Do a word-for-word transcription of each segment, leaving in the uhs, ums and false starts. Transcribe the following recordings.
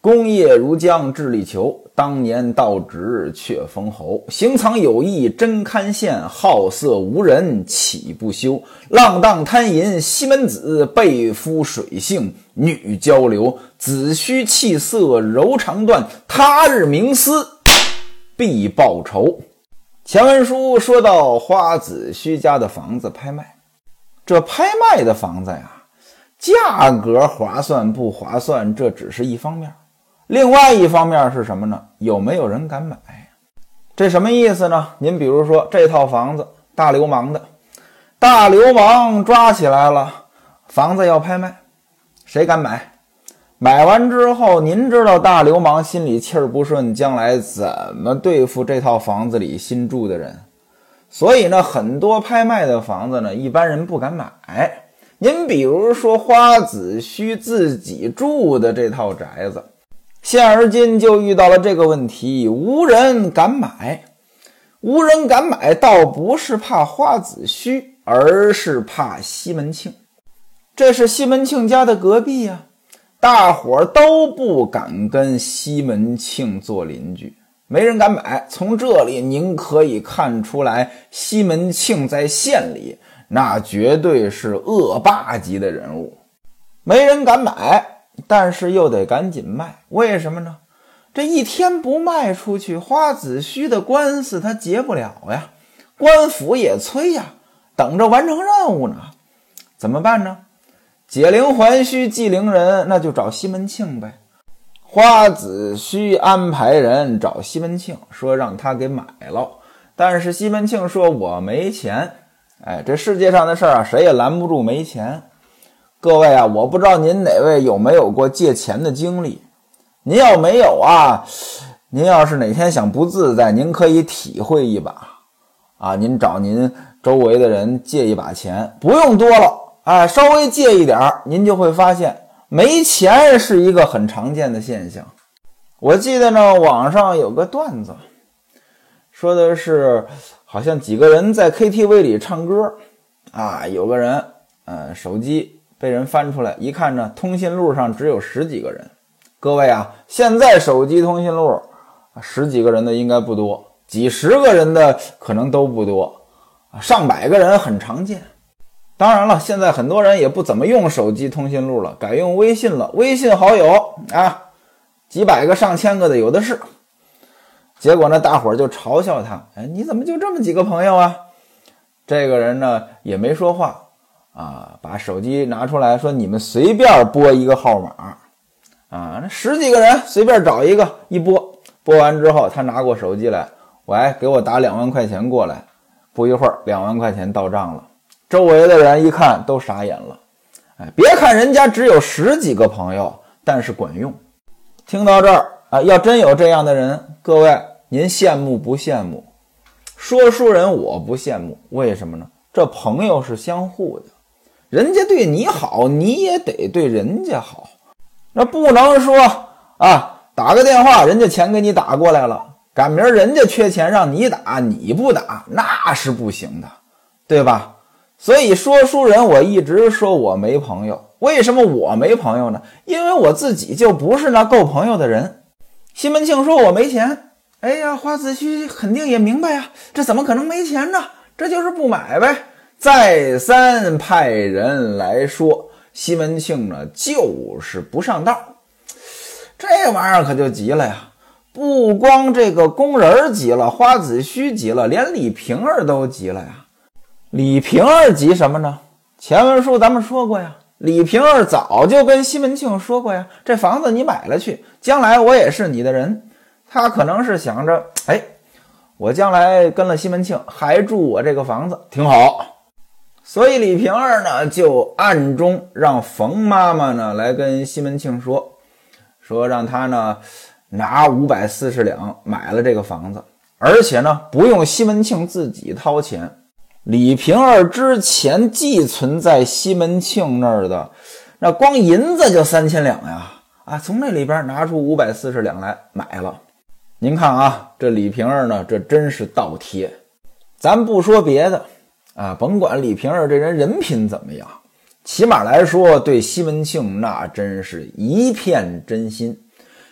功业如将智力求，当年到职却封侯。行藏有意真堪羡，好色无人岂不休？浪荡贪淫西门子，背夫水性女交流。子虚气色柔肠断，他日冥思必报仇。前文书说到花子虚家的房子拍卖，这拍卖的房子呀，价格划算不划算，这只是一方面。另外一方面是什么呢？有没有人敢买？这什么意思呢？您比如说这套房子，大流氓的，大流氓抓起来了，房子要拍卖，谁敢买？买完之后，您知道大流氓心里气儿不顺，将来怎么对付这套房子里新住的人？所以呢，很多拍卖的房子呢，一般人不敢买。您比如说花子虚自己住的这套宅子，现而今就遇到了这个问题，无人敢买。无人敢买倒不是怕花子虚，而是怕西门庆。这是西门庆家的隔壁啊，大伙都不敢跟西门庆做邻居，没人敢买。从这里您可以看出来，西门庆在县里那绝对是恶霸级的人物。没人敢买，但是又得赶紧卖，为什么呢？这一天不卖出去，花子虚的官司他结不了呀，官府也催呀，等着完成任务呢。怎么办呢？解铃还须系铃人，那就找西门庆呗。花子虚安排人找西门庆，说让他给买了，但是西门庆说我没钱。哎，这世界上的事儿啊，谁也拦不住没钱。各位啊，我不知道您哪位有没有过借钱的经历，您要没有啊，您要是哪天想不自在，您可以体会一把啊，您找您周围的人借一把钱，不用多了，哎，稍微借一点，您就会发现没钱是一个很常见的现象。我记得呢，网上有个段子，说的是好像几个人在 K T V 里唱歌啊，有个人呃手机被人翻出来，一看呢，通讯录上只有十几个人。各位啊，现在手机通讯录十几个人的应该不多，几十个人的可能都不多，上百个人很常见。当然了，现在很多人也不怎么用手机通讯录了，改用微信了，微信好友啊，几百个上千个的有的是。结果呢，大伙儿就嘲笑他，哎，你怎么就这么几个朋友啊？这个人呢也没说话啊，把手机拿出来说，你们随便拨一个号码啊，那十几个人随便找一个，一拨，拨完之后他拿过手机来，喂，给我打两万块钱过来。不一会儿两万块钱到账了，周围的人一看都傻眼了。哎，别看人家只有十几个朋友，但是管用。听到这儿啊，要真有这样的人，各位您羡慕不羡慕？说书人我不羡慕，为什么呢？这朋友是相互的，人家对你好，你也得对人家好。那不能说啊，打个电话人家钱给你打过来了，赶明儿人家缺钱让你打你不打，那是不行的，对吧？所以说书人我一直说我没朋友。为什么我没朋友呢？因为我自己就不是那够朋友的人。西门庆说我没钱，哎呀，花子虚肯定也明白呀，这怎么可能没钱呢？这就是不买呗。再三派人来说，西门庆呢就是不上道。这玩意儿可就急了呀，不光这个工人急了，花子虚急了，连李瓶儿都急了呀。李瓶儿急什么呢？前文书咱们说过呀，李瓶儿早就跟西门庆说过呀，这房子你买了去，将来我也是你的人。他可能是想着，哎，我将来跟了西门庆还住我这个房子挺好。所以李瓶儿呢就暗中让冯妈妈呢来跟西门庆说，说让他呢拿五百四十两买了这个房子，而且呢不用西门庆自己掏钱。李瓶儿之前寄存在西门庆那儿的那光银子就三千两呀，啊，从那里边拿出五百四十两来买了。您看啊，这李瓶儿呢这真是倒贴。咱不说别的啊，甭管李瓶儿这人人品怎么样，起码来说对西门庆那真是一片真心。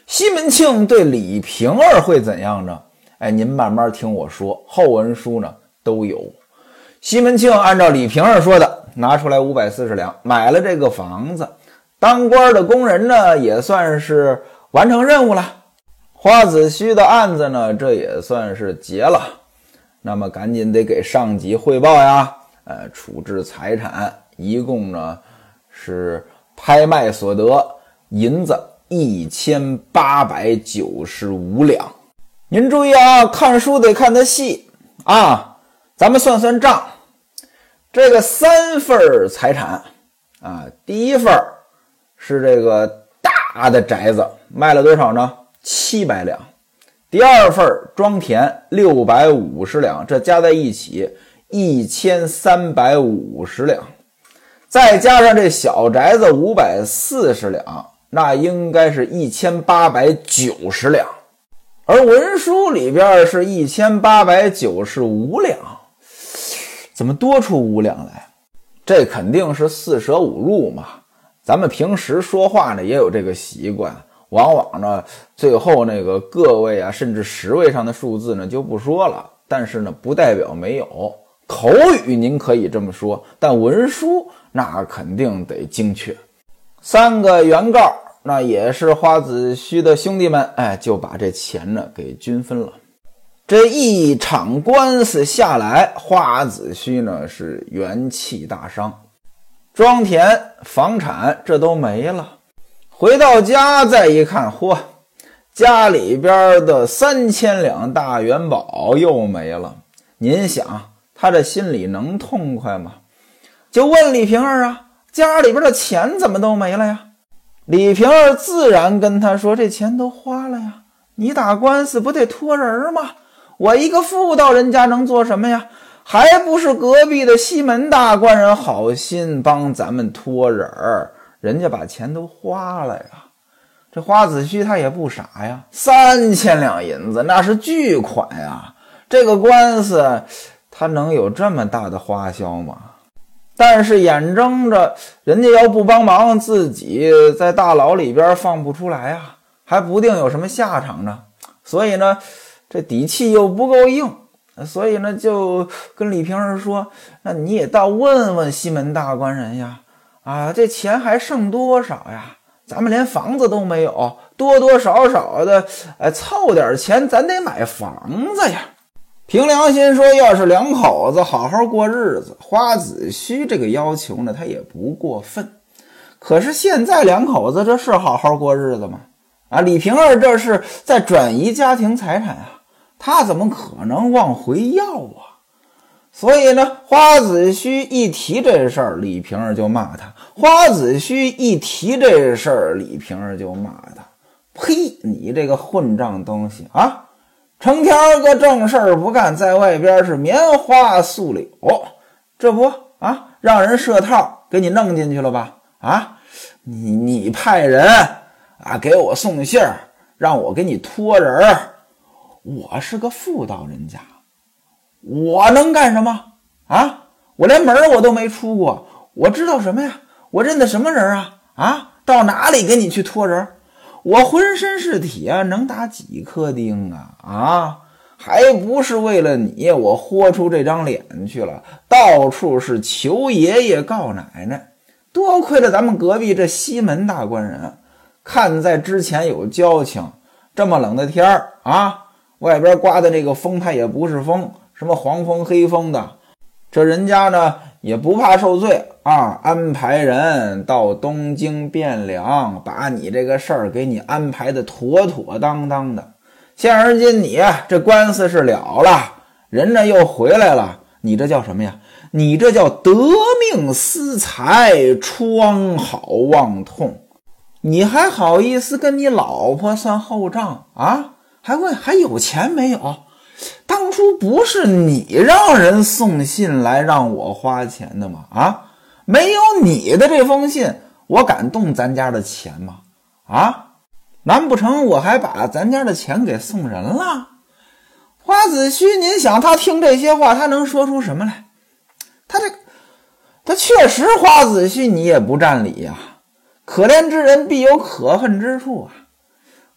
西门庆对李瓶儿会怎样呢？哎，您慢慢听我说，后文书呢都有。西门庆按照李瓶儿说的，拿出来五百四十两，买了这个房子。当官的工人呢，也算是完成任务了。花子虚的案子呢，这也算是结了。那么赶紧得给上级汇报呀，呃，处置财产，一共呢是拍卖所得银子一千八百九十五两。您注意啊，看书得看得细啊，咱们算算账。这个三份财产啊，第一份是这个大的宅子，卖了多少呢？七百两。第二份庄田六百五十两，这加在一起一千三百五十两，再加上这小宅子五百四十两，那应该是一千八百九十两。而文书里边是一千八百九十五两，怎么多出五两来？这肯定是四舍五入嘛。咱们平时说话呢也有这个习惯，往往呢最后那个个位啊甚至十位上的数字呢就不说了，但是呢不代表没有。口语您可以这么说，但文书那肯定得精确。三个原告那也是花子虚的兄弟们，哎，就把这钱呢给均分了。这一场官司下来，花子虚呢是元气大伤，庄田房产这都没了。回到家再一看，嚯，家里边的三千两大元宝又没了。您想他这心里能痛快吗？就问李瓶儿啊，家里边的钱怎么都没了呀？李瓶儿自然跟他说，这钱都花了呀，你打官司不得托人吗？我一个妇道人家能做什么呀？还不是隔壁的西门大官人好心帮咱们托人儿，人家把钱都花了呀。这花子虚他也不傻呀，三千两银子那是巨款呀，这个官司他能有这么大的花销吗？但是眼睁着人家要不帮忙，自己在大牢里边放不出来啊，还不定有什么下场呢。所以呢这底气又不够硬，所以呢就跟李瓶儿说，那你也到问问西门大官人呀，啊，这钱还剩多少呀？咱们连房子都没有，多多少少的哎，凑点钱咱得买房子呀。凭良心说，要是两口子好好过日子，花子虚这个要求呢他也不过分。可是现在两口子这是好好过日子吗？啊，李瓶儿这是在转移家庭财产啊，他怎么可能往回要啊？所以呢，花子虚一提这事儿，李瓶儿就骂他；花子虚一提这事儿，李瓶儿就骂他。呸！你这个混账东西啊！成天个正事儿不干，在外边是棉花素柳，这不啊，让人设套给你弄进去了吧？啊，你你派人啊给我送信儿，让我给你托人儿。我是个妇道人家，我能干什么啊？我连门我都没出过，我知道什么呀？我认得什么人啊？啊，到哪里给你去托人？我浑身是铁啊，能打几颗钉啊？啊，还不是为了你，我豁出这张脸去了，到处是求爷爷告奶奶。多亏了咱们隔壁这西门大官人，看在之前有交情，这么冷的天儿啊，外边刮的这个风它也不是风，什么黄风黑风的，这人家呢也不怕受罪啊，安排人到东京汴梁，把你这个事儿给你安排的妥妥当当的。现而今你这官司是了了，人呢又回来了，你这叫什么呀？你这叫得命思财，疮好忘痛。你还好意思跟你老婆算后账啊？还问还有钱没有？当初不是你让人送信来让我花钱的吗？啊，没有你的这封信，我敢动咱家的钱吗？啊，难不成我还把咱家的钱给送人了？花子虚，您想他听这些话，他能说出什么来？他这，他确实花子虚，你也不占理呀、啊。可怜之人必有可恨之处啊。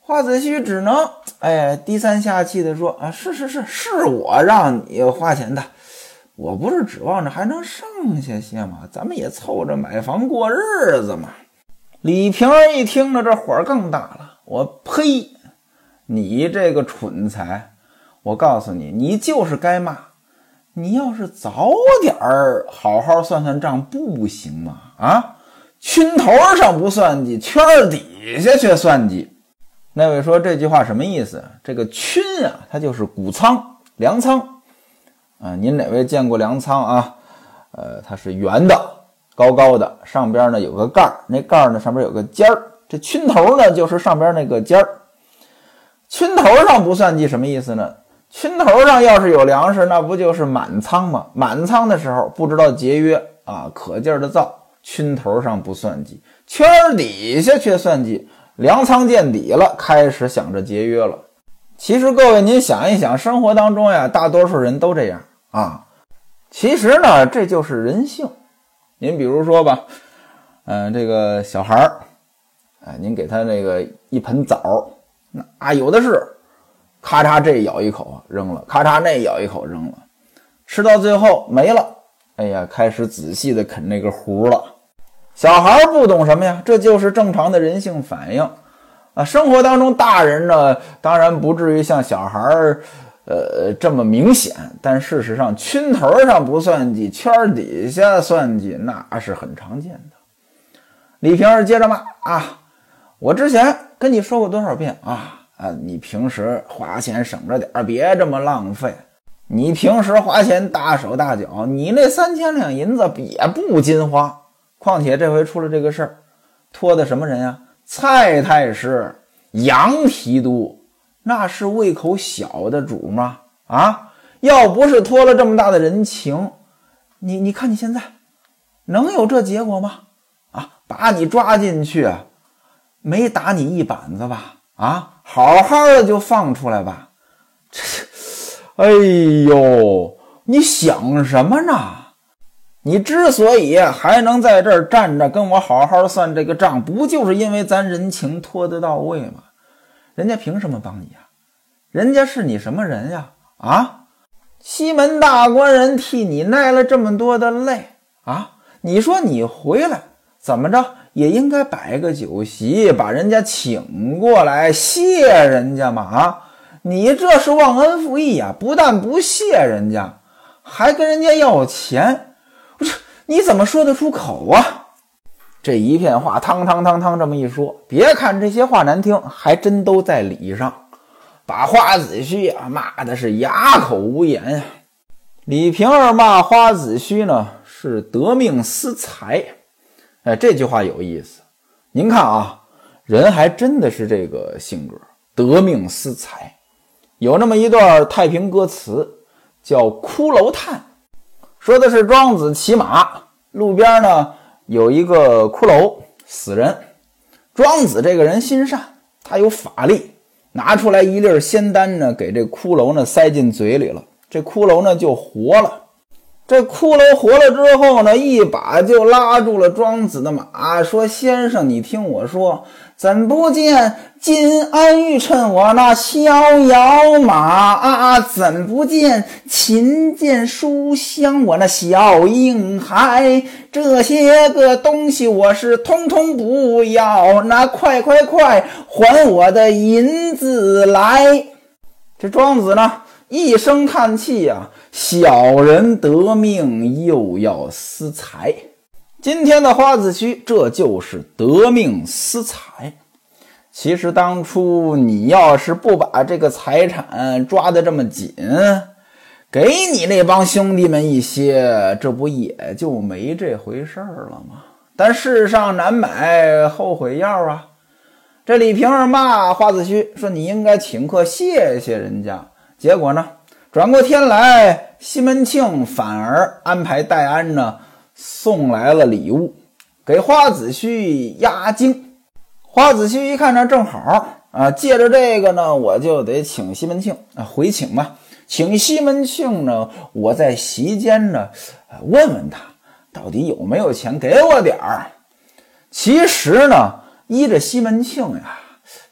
花子虚只能哎低三下气的说啊，是是是，是我让你花钱的，我不是指望着还能剩下些吗？咱们也凑着买房过日子嘛。李瓶儿一听着这火更大了，我呸，你这个蠢材，我告诉你，你就是该骂。你要是早点儿好好算算账不行吗？啊，群头上不算计，圈底下却算计。那位说这句话什么意思？这个群啊，它就是谷仓、粮仓啊。您哪位见过粮仓啊？呃，它是圆的，高高的，上边呢有个盖儿，那盖儿呢上边有个尖儿。这群头呢就是上边那个尖儿。群头上不算计什么意思呢？群头上要是有粮食，那不就是满仓吗？满仓的时候不知道节约啊，可劲儿的造，群头上不算计，圈底下却算计，粮仓见底了，开始想着节约了。其实各位您想一想，生活当中呀，大多数人都这样啊。其实呢，这就是人性。您比如说吧，嗯、呃，这个小孩儿，哎，您给他那个一盆枣，那啊有的是。咔嚓这咬一口扔了，咔嚓那咬一口扔了，吃到最后没了，哎呀，开始仔细的啃那个核了。小孩不懂什么呀，这就是正常的人性反应啊。生活当中大人呢，当然不至于像小孩呃这么明显，但事实上群头上不算计，圈底下算计，那是很常见的。李瓶儿接着骂啊，我之前跟你说过多少遍啊啊！你平时花钱省着点，别这么浪费。你平时花钱大手大脚，你那三千两银子也不禁花。况且这回出了这个事儿，托的什么人呀？蔡太师、杨提督，那是胃口小的主吗？啊，要不是托了这么大的人情，你你看你现在能有这结果吗？啊，把你抓进去，没打你一板子吧？啊，好好的就放出来吧。这，哎呦，你想什么呢？你之所以还能在这儿站着跟我好好算这个账，不就是因为咱人情拖得到位吗？人家凭什么帮你呀？人家是你什么人呀？啊，西门大官人替你耐了这么多的累啊，你说你回来怎么着也应该摆个酒席，把人家请过来谢人家嘛啊！你这是忘恩负义啊！不但不谢人家，还跟人家要钱，不是你怎么说得出口啊？这一片话汤汤汤汤这么一说，别看这些话难听，还真都在理上，把花子虚啊骂的是哑口无言呀、啊。李瓶儿骂花子虚呢是得命思财。哎，这句话有意思。您看啊，人还真的是这个性格，得命思财。有那么一段太平歌词叫《骷髅叹》，说的是庄子骑马，路边呢有一个骷髅死人。庄子这个人心善，他有法力，拿出来一粒仙丹呢，给这骷髅呢塞进嘴里了，这骷髅呢就活了。这骷髅活了之后呢，一把就拉住了庄子的马，说：“先生，你听我说，怎不见金鞍玉衬我那逍遥马啊？怎不见琴键书香我那小婴孩？这些个东西我是通通不要，那快快快还我的银子来！”这庄子呢一声叹气呀、啊，小人得命又要思财。今天的花子虚，这就是得命思财。其实当初你要是不把这个财产抓得这么紧，给你那帮兄弟们一些，这不也就没这回事儿了吗？但世上难买后悔药啊。这李瓶儿骂花子虚说：“你应该请客谢谢人家。”结果呢，转过天来，西门庆反而安排戴安呢送来了礼物，给花子虚压惊。花子虚一看呢，正好啊，借着这个呢，我就得请西门庆啊，回请嘛，请西门庆呢，我在席间呢，问问他到底有没有钱给我点儿。其实呢，依着西门庆呀，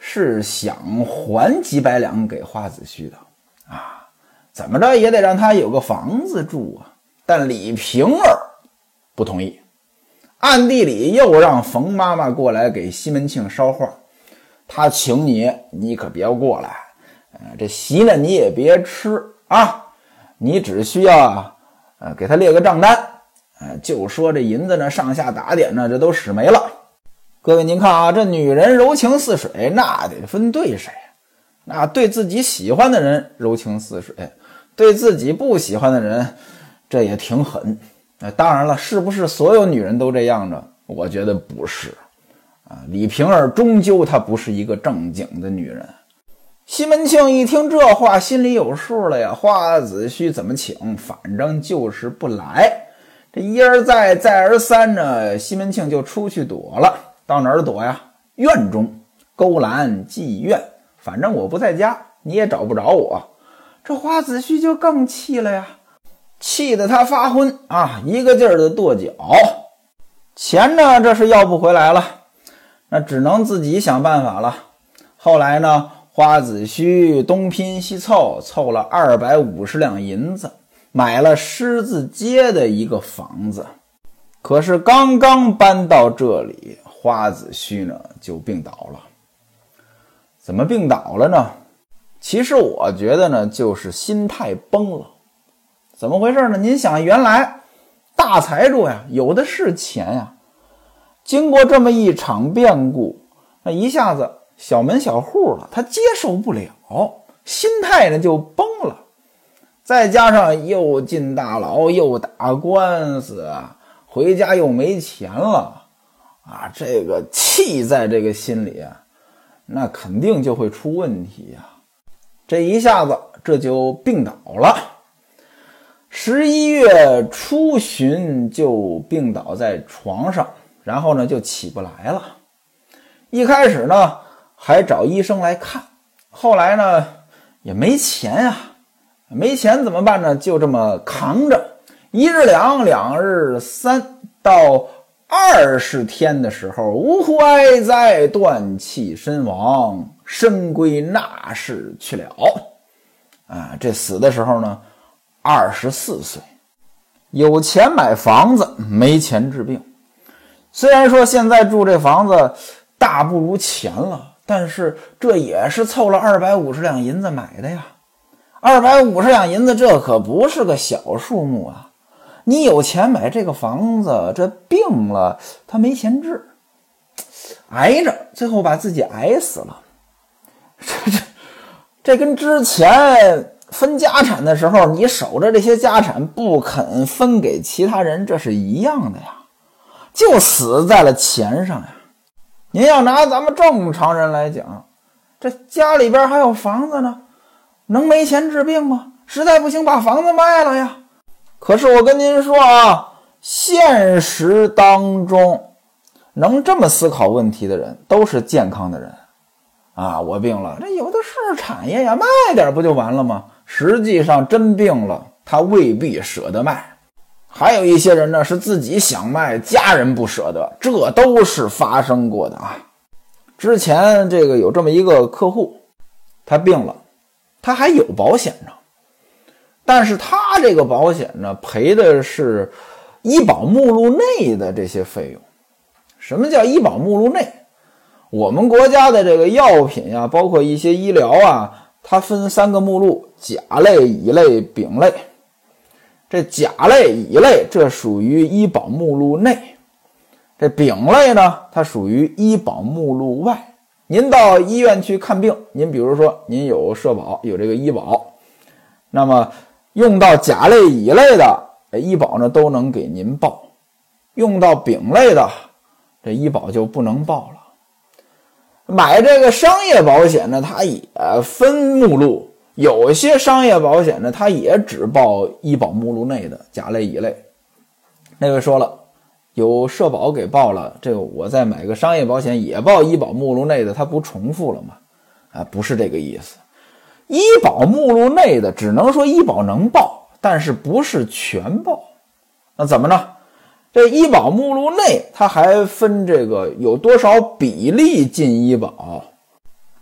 是想还几百两给花子虚的啊，怎么着也得让他有个房子住啊。但李瓶儿不同意，暗地里又让冯妈妈过来给西门庆捎话，他请你，你可别过来，呃，这席呢你也别吃啊，你只需要啊，呃，给他列个账单，呃，就说这银子呢上下打点呢，这都使没了。各位您看啊，这女人柔情似水，那得分对谁？那对自己喜欢的人柔情似水，对自己不喜欢的人，这也挺狠。呃，当然了，是不是所有女人都这样呢？我觉得不是啊。李瓶儿终究她不是一个正经的女人。西门庆一听这话，心里有数了呀。花子虚怎么请，反正就是不来。这一而再，再而三呢，西门庆就出去躲了。到哪儿躲呀？院中，勾栏妓院，反正我不在家，你也找不着我。这花子虚就更气了呀，气得他发昏啊，一个劲儿的跺脚。钱呢，这是要不回来了，那只能自己想办法了。后来呢，花子虚东拼西凑，凑了二百五十两银子，买了狮子街的一个房子。可是刚刚搬到这里，花子虚呢就病倒了。怎么病倒了呢？其实我觉得呢，就是心态崩了。怎么回事呢？您想，原来大财主呀，有的是钱呀，经过这么一场变故，那一下子小门小户了，他接受不了，心态呢就崩了。再加上又进大牢又打官司，回家又没钱了啊，这个气在这个心里啊，那肯定就会出问题呀。这一下子这就病倒了。十一月初旬就病倒在床上，然后呢就起不来了。一开始呢还找医生来看，后来呢也没钱啊，没钱怎么办呢？就这么扛着，一日两，两日三，到二十天的时候，呜呼哀哉，断气身亡，身归那世去了。啊，这死的时候呢二十四岁，有钱买房子，没钱治病。虽然说现在住这房子大不如前了，但是这也是凑了二百五十两银子买的呀。二百五十两银子，这可不是个小数目啊！你有钱买这个房子，这病了他没钱治，挨着最后把自己挨死了。这这这跟之前分家产的时候，你守着这些家产不肯分给其他人，这是一样的呀，就死在了钱上呀。您要拿咱们正常人来讲，这家里边还有房子呢，能没钱治病吗？实在不行把房子卖了呀。可是我跟您说啊，现实当中能这么思考问题的人都是健康的人啊。我病了，这有的是产业呀，卖点不就完了吗？实际上真病了，他未必舍得卖。还有一些人呢，是自己想卖，家人不舍得，这都是发生过的啊。之前这个有这么一个客户，他病了，他还有保险呢，但是他这个保险呢，赔的是医保目录内的这些费用。什么叫医保目录内？我们国家的这个药品啊，包括一些医疗啊，它分三个目录：甲类、乙类、丙类。这甲类、乙类这属于医保目录内，这丙类呢，它属于医保目录外。您到医院去看病，您比如说您有社保，有这个医保，那么用到甲类、乙类的医保呢都能给您报，用到丙类的这医保就不能报了。买这个商业保险呢，它也分目录，有些商业保险呢，它也只报医保目录内的甲类、乙类。那位说了，有社保给报了，这个我再买个商业保险也报医保目录内的，它不重复了吗？啊，不是这个意思。医保目录内的只能说医保能报，但是不是全报。那怎么呢？这医保目录内它还分这个有多少比例进医保，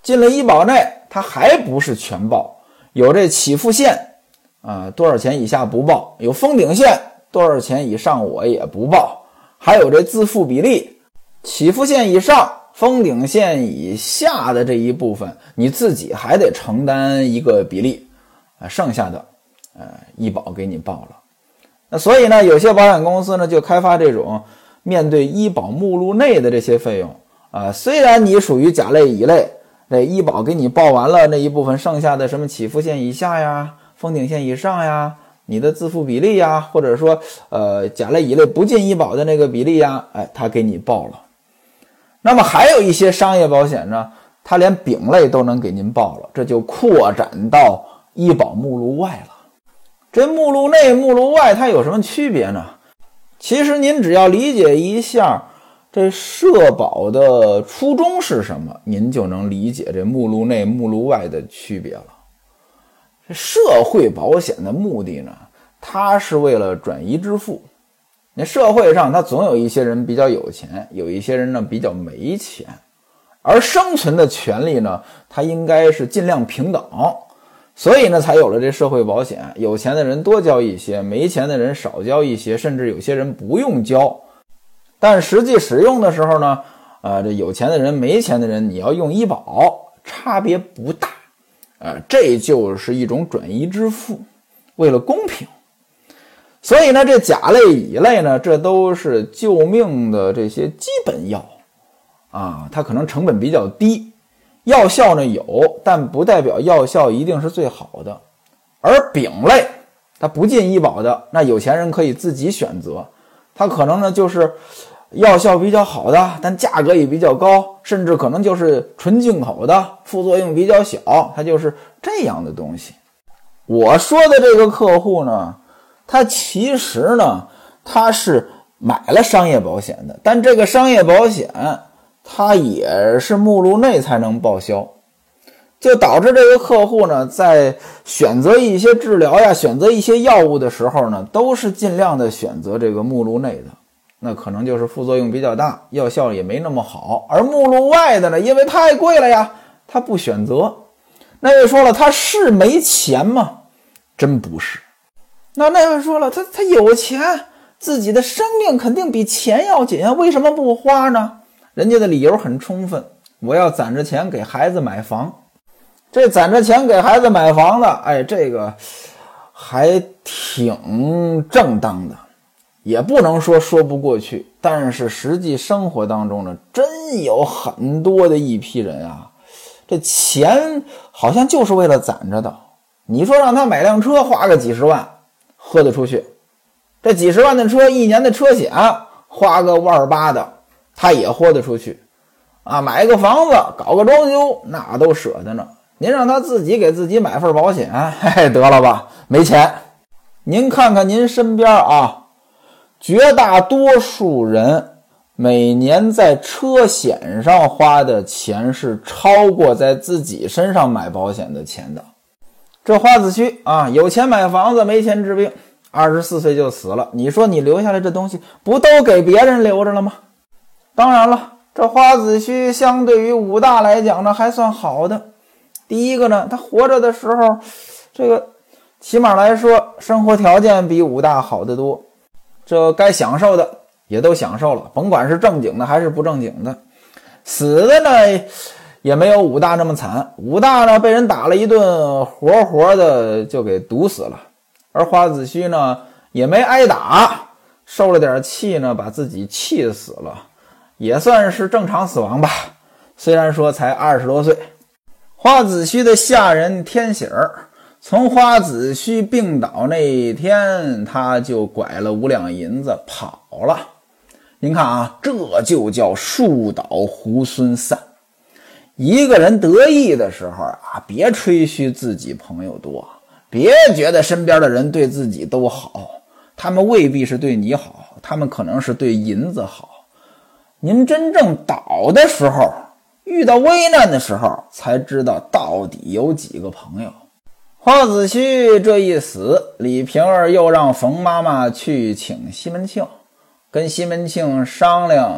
进了医保内，他还不是全报，有这起付线啊，多少钱以下不报，有封顶线，多少钱以上我也不报，还有这自付比例，起付线以上封顶线以下的这一部分你自己还得承担一个比例啊，剩下的呃医保给你报了。那所以呢，有些保险公司呢就开发这种面对医保目录内的这些费用啊，虽然你属于甲类乙类，这医保给你报完了那一部分，剩下的什么起付线以下呀，封顶线以上呀，你的自付比例呀，或者说呃甲类乙类不进医保的那个比例呀，哎，他给你报了。那么还有一些商业保险呢，它连丙类都能给您报了，这就扩展到医保目录外了。这目录内目录外它有什么区别呢？其实您只要理解一下这社保的初衷是什么，您就能理解这目录内目录外的区别了。这社会保险的目的呢，它是为了转移支付。那社会上它总有一些人比较有钱，有一些人呢比较没钱，而生存的权利呢，它应该是尽量平等，所以呢才有了这社会保险。有钱的人多交一些，没钱的人少交一些，甚至有些人不用交。但实际使用的时候呢，呃，这有钱的人没钱的人你要用医保差别不大，呃，这就是一种转移支付，为了公平。所以呢，这甲类乙类呢，这都是救命的这些基本药啊，它可能成本比较低，药效呢有，但不代表药效一定是最好的。而丙类它不进医保的，那有钱人可以自己选择，它可能呢就是药效比较好的，但价格也比较高，甚至可能就是纯进口的，副作用比较小，它就是这样的东西。我说的这个客户呢，他其实呢他是买了商业保险的，但这个商业保险它也是目录内才能报销，就导致这个客户呢在选择一些治疗呀，选择一些药物的时候呢，都是尽量的选择这个目录内的，那可能就是副作用比较大，药效也没那么好。而目录外的呢，因为太贵了呀，他不选择。那位说了，他是没钱吗？真不是。那那位说了，他他有钱，自己的生命肯定比钱要紧啊，为什么不花呢？人家的理由很充分，我要攒着钱给孩子买房。这攒着钱给孩子买房的，哎，这个还挺正当的，也不能说说不过去。但是实际生活当中呢，真有很多的一批人啊，这钱好像就是为了攒着的。你说让他买辆车花个几十万，喝得出去。这几十万的车，一年的车险花个万八的，他也豁得出去啊！买个房子，搞个装修，那都舍得呢。您让他自己给自己买份保险，嘿嘿，得了吧，没钱。您看看您身边啊，绝大多数人每年在车险上花的钱是超过在自己身上买保险的钱的。这花子虚啊，有钱买房子，没钱治病，二十四岁就死了。你说你留下来这东西，不都给别人留着了吗？当然了，这花子虚相对于武大来讲呢，还算好的。第一个呢，他活着的时候，这个起码来说，生活条件比武大好得多。这该享受的也都享受了，甭管是正经的还是不正经的。死的呢，也没有武大那么惨。武大呢，被人打了一顿，活活的就给毒死了。而花子虚呢，也没挨打，受了点气呢，把自己气死了，也算是正常死亡吧。虽然说才二十多岁。花子虚的下人天喜儿，从花子虚病倒那一天，他就拐了五两银子跑了。您看啊，这就叫树倒猢狲散。一个人得意的时候啊，别吹嘘自己朋友多，别觉得身边的人对自己都好，他们未必是对你好，他们可能是对银子好。您真正倒的时候，遇到危难的时候，才知道到底有几个朋友。花子虚这一死，李瓶儿又让冯妈妈去请西门庆，跟西门庆商量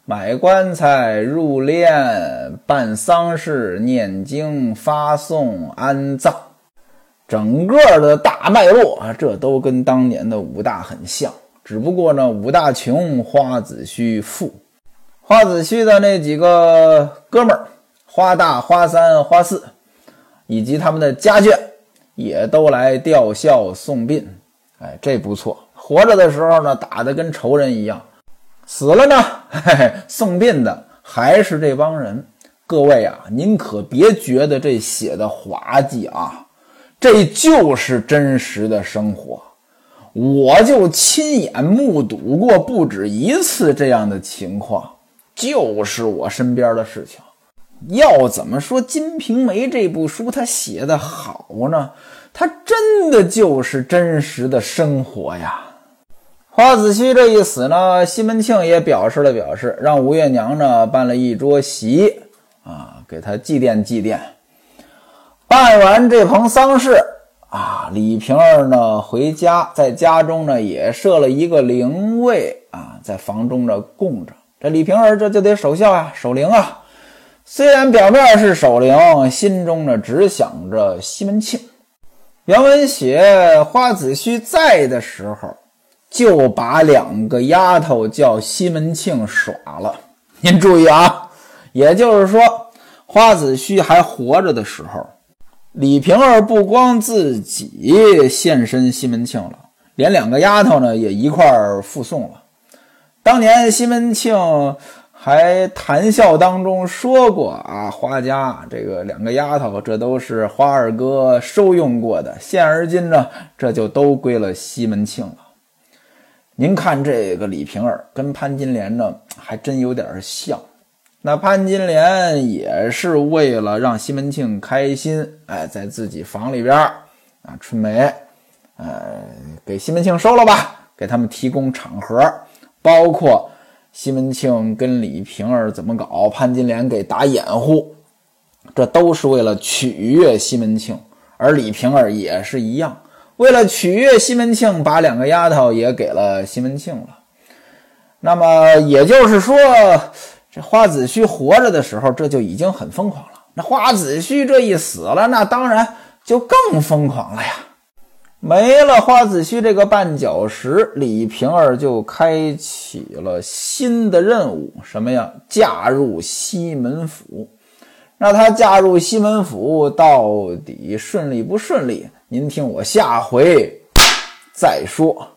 买棺材、入殓、办丧事、念经、发送、安葬，整个的大脉络啊，这都跟当年的武大很像，只不过呢，武大穷，花子虚富。花子虚的那几个哥们儿，花大、花三、花四，以及他们的家眷，也都来吊孝送殡。哎，这不错。活着的时候呢，打得跟仇人一样，死了呢，嘿嘿，送殡的还是这帮人。各位啊，您可别觉得这写的滑稽啊，这就是真实的生活。我就亲眼目睹过不止一次这样的情况，就是我身边的事情。要怎么说《金瓶梅》这部书它写的好呢？它真的就是真实的生活呀。花子虚这一死呢，西门庆也表示了表示，让吴月娘呢办了一桌席啊，给他祭奠祭奠。办完这棚丧事啊，李瓶儿呢回家，在家中呢也设了一个灵位啊，在房中呢供着。这李瓶儿这就得守孝啊，守灵啊。虽然表面是守灵，心中呢只想着西门庆。原文写花子虚在的时候，就把两个丫头叫西门庆耍了。您注意啊，也就是说，花子虚还活着的时候，李瓶儿不光自己现身西门庆了，连两个丫头呢也一块儿附送了。当年西门庆还谈笑当中说过啊，花家这个两个丫头，这都是花二哥收用过的，现而今呢，这就都归了西门庆了。您看这个李瓶儿跟潘金莲呢，还真有点像。那潘金莲也是为了让西门庆开心，哎，在自己房里边啊，春梅，呃，给西门庆收了吧，给他们提供场合，包括西门庆跟李瓶儿怎么搞，潘金莲给打掩护，这都是为了取悦西门庆。而李瓶儿也是一样，为了取悦西门庆，把两个丫头也给了西门庆了。那么也就是说，这花子虚活着的时候，这就已经很疯狂了。那花子虚这一死了，那当然就更疯狂了呀。没了花子虚这个绊脚石，李瓶儿就开启了新的任务，什么呀？嫁入西门府。那她嫁入西门府到底顺利不顺利？您听我下回再说。